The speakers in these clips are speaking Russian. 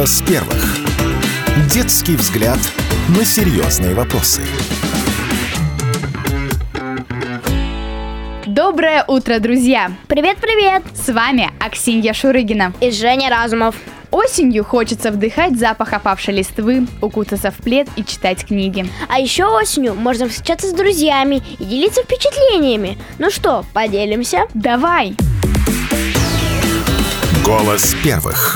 Голос первых. Детский взгляд на серьезные вопросы. Доброе утро, друзья! Привет-привет! С вами Аксинья Шурыгина И Женя Разумов. Осенью хочется вдыхать запах опавшей листвы, укутаться в плед и читать книги. А еще осенью можно встречаться с друзьями и делиться впечатлениями. Ну что, поделимся? Давай! Голос первых.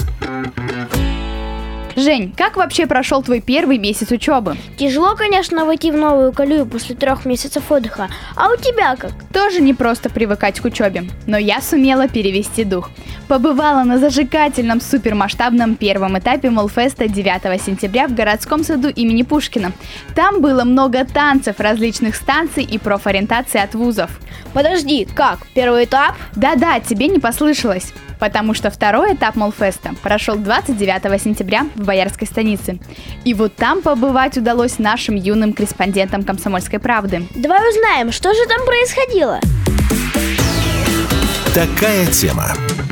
Жень, как вообще прошел твой первый месяц учебы? Тяжело, конечно, войти в новую колею после 3 месяцев отдыха. А у тебя как? Тоже не просто привыкать к учебе, но я сумела перевести дух. Побывала на зажигательном супермасштабном первом этапе Молфеста 9 сентября в городском саду имени Пушкина. Там было много танцев, различных станций и профориентации от вузов. Подожди, как? Первый этап? Да-да, тебе не послышалось. Потому что второй этап Молфеста прошел 29 сентября в Боярской станице. И вот там побывать удалось нашим юным корреспондентам «Комсомольской правды». Давай узнаем, что же там происходило. Такая тема.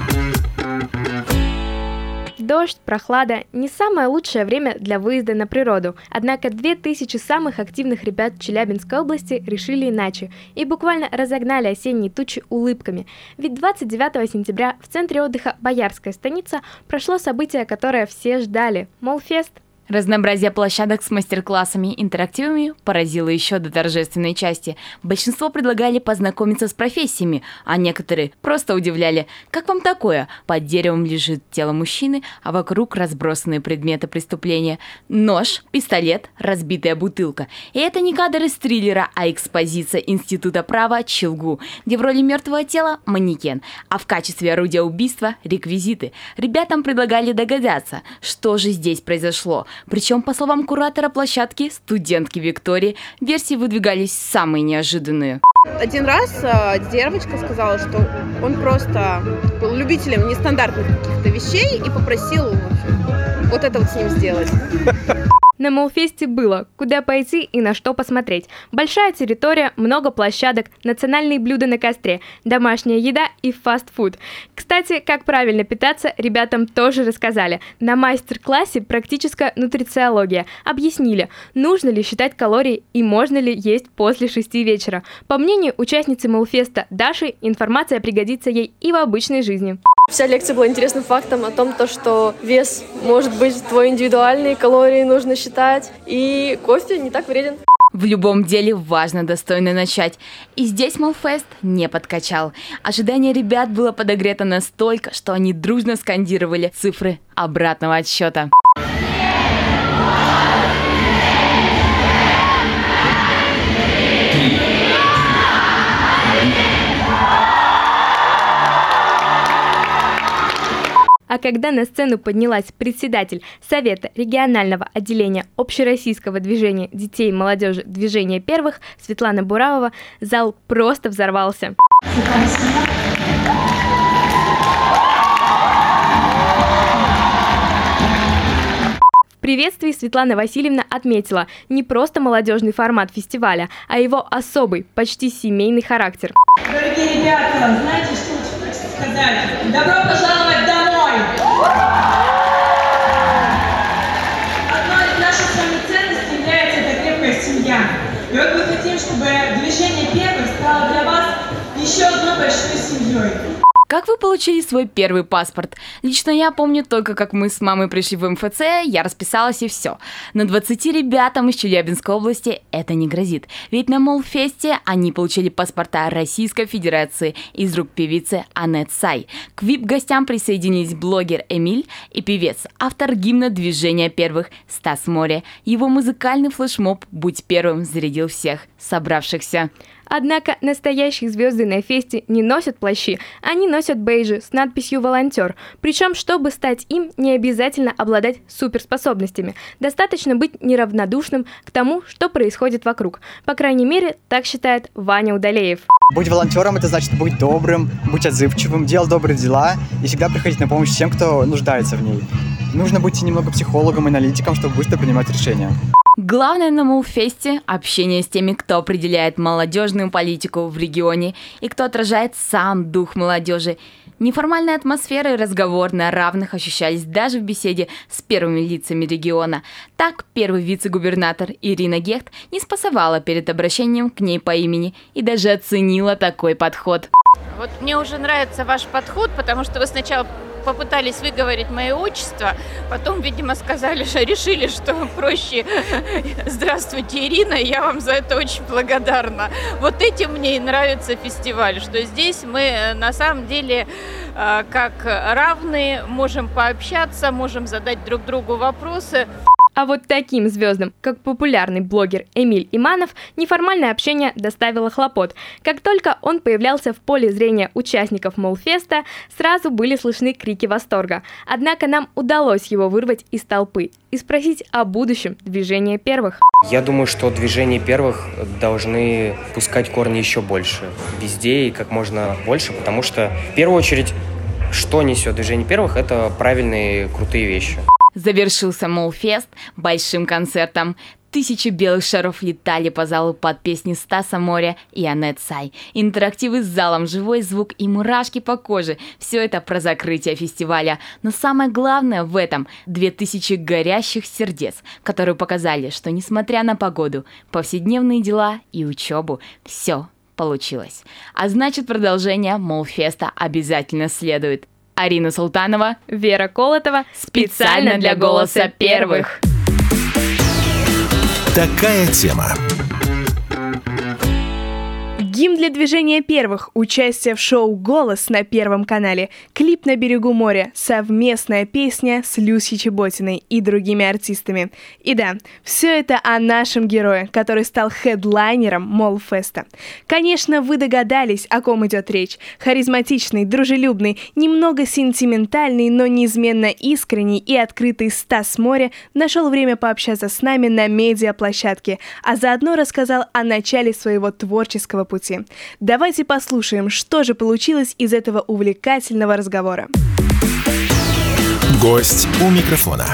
Дождь, прохлада – не самое лучшее время для выезда на природу. Однако 2000 самых активных ребят Челябинской области решили иначе и буквально разогнали осенние тучи улыбками. Ведь 29 сентября в центре отдыха Боярская станица прошло событие, которое все ждали – Молфест. Разнообразие площадок с мастер-классами и интерактивами поразило еще до торжественной части. Большинство предлагали познакомиться с профессиями, а некоторые просто удивляли. Как вам такое? Под деревом лежит тело мужчины, а вокруг разбросанные предметы преступления. Нож, пистолет, разбитая бутылка. И это не кадр из триллера, а экспозиция Института права Челгу, где в роли мертвого тела манекен, а в качестве орудия убийства реквизиты. Ребятам предлагали догадаться, что же здесь произошло. Причем, по словам куратора площадки, студентки Виктории, версии выдвигались самые неожиданные. Один раз девочка сказала, что он просто был любителем нестандартных каких-то вещей и попросил вот это вот с ним сделать. На Молфесте было куда пойти и на что посмотреть. Большая территория, много площадок, национальные блюда на костре, домашняя еда и фастфуд. Кстати, как правильно питаться, ребятам тоже рассказали. На мастер-классе «Практическая нутрициология» объяснили, нужно ли считать калории и можно ли есть после 6 вечера. По мнению участницы Молфеста Даши, информация пригодится ей и в обычной жизни. Вся лекция была интересным фактом о том, что вес может быть твой индивидуальный, калории нужно считать, и кофе не так вреден. В любом деле важно достойно начать. И здесь Молфест не подкачал. Ожидание ребят было подогрето настолько, что они дружно скандировали цифры обратного отсчета. А когда на сцену поднялась председатель Совета регионального отделения общероссийского движения детей и молодежи «Движение первых» Светлана Буравова, зал просто взорвался. В приветствии Светлана Васильевна отметила не просто молодежный формат фестиваля, а его особый, почти семейный характер. Дорогие ребята, знаете, что хочется сказать? Добро пожаловать домой! Одной из наших с вами ценностей является эта крепкая семья. И вот мы хотим, чтобы движение первых стало для вас еще одной большой семьей. Как вы получили свой первый паспорт? Лично я помню только, как мы с мамой пришли в МФЦ, я расписалась и все. На 20 ребятам из Челябинской области это не грозит. Ведь на Молфесте они получили паспорта Российской Федерации из рук певицы Анет Сай. К VIP-гостям присоединились блогер Эмиль и певец, автор гимна движения первых Стас Море. Его музыкальный флешмоб «Будь первым» зарядил всех собравшихся. Однако настоящие звезды на фесте не носят плащи, они носят бейджи с надписью «Волонтер». Причем, чтобы стать им, не обязательно обладать суперспособностями. Достаточно быть неравнодушным к тому, что происходит вокруг. По крайней мере, так считает Ваня Удалеев. Быть волонтером – это значит быть добрым, быть отзывчивым, делать добрые дела и всегда приходить на помощь тем, кто нуждается в ней. Нужно быть немного психологом, аналитиком, чтобы быстро принимать решения. Главное на Молфесте – общение с теми, кто определяет молодежную политику в регионе и кто отражает сам дух молодежи. Неформальная атмосфера и разговор на равных ощущались даже в беседе с первыми лицами региона. Так, первый вице-губернатор Ирина Гехт не спасовала перед обращением к ней по имени и даже оценила такой подход. Вот мне уже нравится ваш подход, потому что вы сначала попытались выговорить мое отчество, потом, видимо, решили, что проще «Здравствуйте, Ирина», я вам за это очень благодарна. Вот этим мне и нравится фестиваль, что здесь мы на самом деле как равные можем пообщаться, можем задать друг другу вопросы. А вот таким звездам, как популярный блогер Эмиль Иманов, неформальное общение доставило хлопот. Как только он появлялся в поле зрения участников Молфеста, сразу были слышны крики восторга. Однако нам удалось его вырвать из толпы и спросить о будущем движения первых. Я думаю, что движения первых должны пускать корни еще больше, везде и как можно больше, потому что в первую очередь, что несет движение первых, это правильные, крутые вещи. Завершился Молфест большим концертом. Тысячи белых шаров летали по залу под песни Стаса Моря и Анет Сай. Интерактивы с залом, живой звук и мурашки по коже. Все это про закрытие фестиваля. Но самое главное в этом – 2000 горящих сердец, которые показали, что несмотря на погоду, повседневные дела и учебу, все получилось. А значит, продолжение Молфеста обязательно следует. Арина Султанова, Вера Колотова. Специально для «Голоса первых». Такая тема. Гимн для движения первых, участие в шоу «Голос» на Первом канале, клип «На берегу моря», совместная песня с Люсей Чеботиной и другими артистами. И да, все это о нашем герое, который стал хедлайнером Молфеста. Конечно, вы догадались, о ком идет речь. Харизматичный, дружелюбный, немного сентиментальный, но неизменно искренний и открытый Стас Моря нашел время пообщаться с нами на медиаплощадке, а заодно рассказал о начале своего творческого пути. Давайте послушаем, что же получилось из этого увлекательного разговора. Гость у микрофона.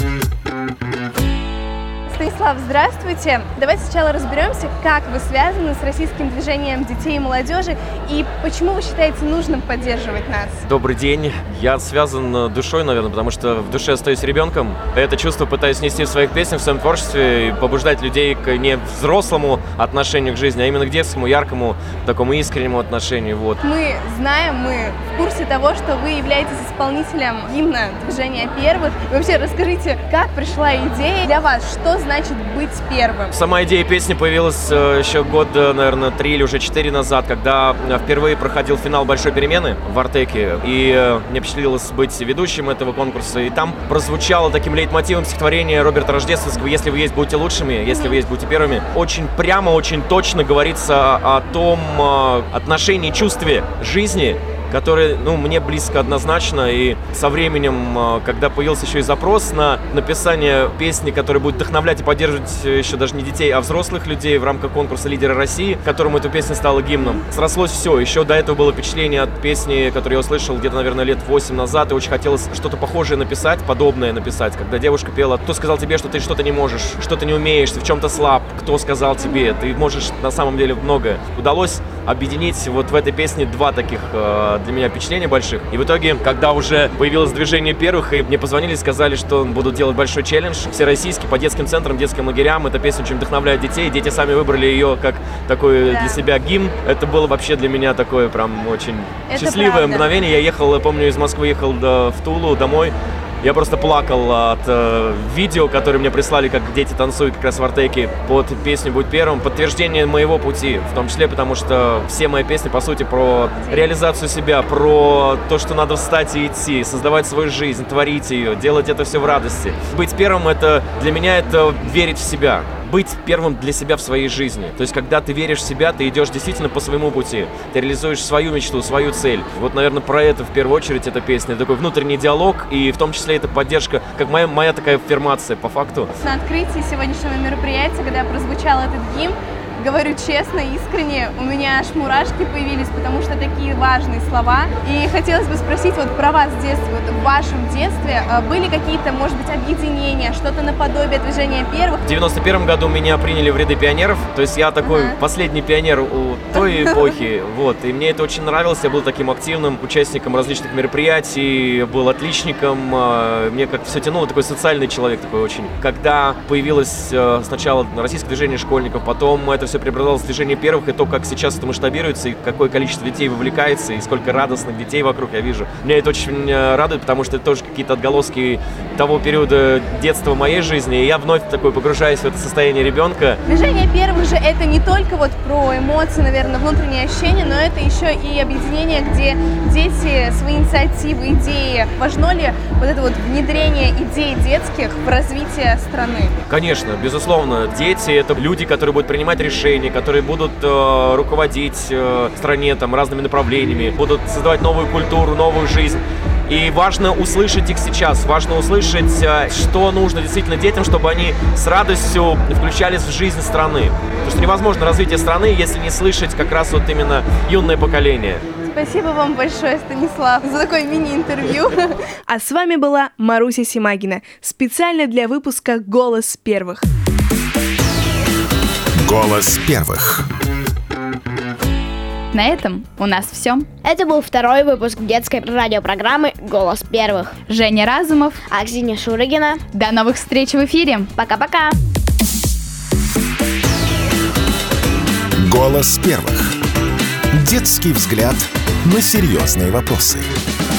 Станислав, здравствуйте. Давайте сначала разберемся, как вы связаны с российским движением детей и молодежи и почему вы считаете нужным поддерживать нас. Добрый день. Я связан душой, наверное, потому что в душе остаюсь ребенком. Это чувство пытаюсь нести в своих песнях, в своем творчестве и побуждать людей к не взрослому отношению к жизни, а именно к детскому, яркому, такому искреннему отношению. Вот. Мы знаем, мы в курсе того, что вы являетесь исполнителем гимна движения первых. И вообще расскажите, как пришла идея для вас, что значит быть первым? Сама идея песни появилась еще года, наверное, 3 или уже 4 назад, когда впервые проходил финал «Большой перемены» в Артеке, и мне посчастливилось быть ведущим этого конкурса, и там прозвучало таким лейтмотивом стихотворение Роберта Рождественского «Если вы есть, будьте лучшими, если вы есть, будьте первыми». Очень прямо, очень точно говорится о том отношении, чувстве жизни, который, мне близко однозначно, и со временем, когда появился еще и запрос на написание песни, которая будет вдохновлять и поддерживать еще даже не детей, а взрослых людей в рамках конкурса «Лидеры России», которому эта песня стала гимном, срослось все. Еще до этого было впечатление от песни, которую я услышал где-то, наверное, лет 8 назад, и очень хотелось что-то похожее написать, подобное написать, когда девушка пела: «Кто сказал тебе, что ты что-то не можешь, что ты не умеешь, ты в чем-то слаб, кто сказал тебе, ты можешь на самом деле многое». Удалось объединить вот в этой песне два таких для меня впечатления больших. И в итоге, когда уже появилось движение первых, и мне позвонили и сказали, что будут делать большой челлендж всероссийский по детским центрам, детским лагерям. Эта песня очень вдохновляет детей. Дети сами выбрали ее как такой для себя гимн. Это было вообще для меня такое прям очень счастливое мгновение. Я ехал, помню, из Москвы ехал в Тулу домой. Я просто плакал от видео, которые мне прислали, как дети танцуют как раз в Артеке под песню «Будь первым». Подтверждение моего пути, в том числе, потому что все мои песни, по сути, про реализацию себя, про то, что надо встать и идти, создавать свою жизнь, творить ее, делать это все в радости. Быть первым — это для меня это верить в себя. Быть первым для себя в своей жизни. То есть, когда ты веришь в себя, ты идешь действительно по своему пути. Ты реализуешь свою мечту, свою цель. Вот, наверное, про это в первую очередь эта песня. Такой внутренний диалог, и в том числе это поддержка, как моя такая аффирмация по факту. На открытии сегодняшнего мероприятия, когда прозвучал этот гимн, говорю честно, искренне, у меня аж мурашки появились, потому что такие важные слова. И хотелось бы спросить вот про вас в детстве. Вот в вашем детстве были какие-то, может быть, объединения, что-то наподобие движения первых? В 91 году меня приняли в ряды пионеров, то есть я такой последний пионер у той эпохи, вот, и мне это очень нравилось, я был таким активным участником различных мероприятий, был отличником, мне как-то все тянуло, такой социальный человек такой очень. Когда появилось сначала российское движение школьников, потом это все преобразовалось в движение первых, и то, как сейчас это масштабируется, и какое количество детей вовлекается, и сколько радостных детей вокруг я вижу. Меня это очень радует, потому что это тоже какие-то отголоски того периода детства моей жизни, и я вновь такой погружаюсь в это состояние ребенка. Движение первых же это не только вот про эмоции, наверное, внутренние ощущения, но это еще и объединение, где дети, свои инициативы, идеи. Важно ли вот это вот внедрение идей детских в развитие страны? Конечно, безусловно. Дети — это люди, которые будут принимать решения, которые будут руководить стране там, разными направлениями, будут создавать новую культуру, новую жизнь. И важно услышать их сейчас, важно услышать, что нужно действительно детям, чтобы они с радостью включались в жизнь страны. Потому что невозможно развитие страны, если не слышать как раз вот именно юное поколение. Спасибо вам большое, Станислав, за такое мини-интервью. А с вами была Маруся Симагина, специально для выпуска «Голос первых». Голос первых. На этом у нас все. Это был второй выпуск детской радиопрограммы «Голос первых». Женя Разумов, Аксинья Шурыгина. До новых встреч в эфире. Пока-пока. Голос первых. Детский взгляд на серьезные вопросы.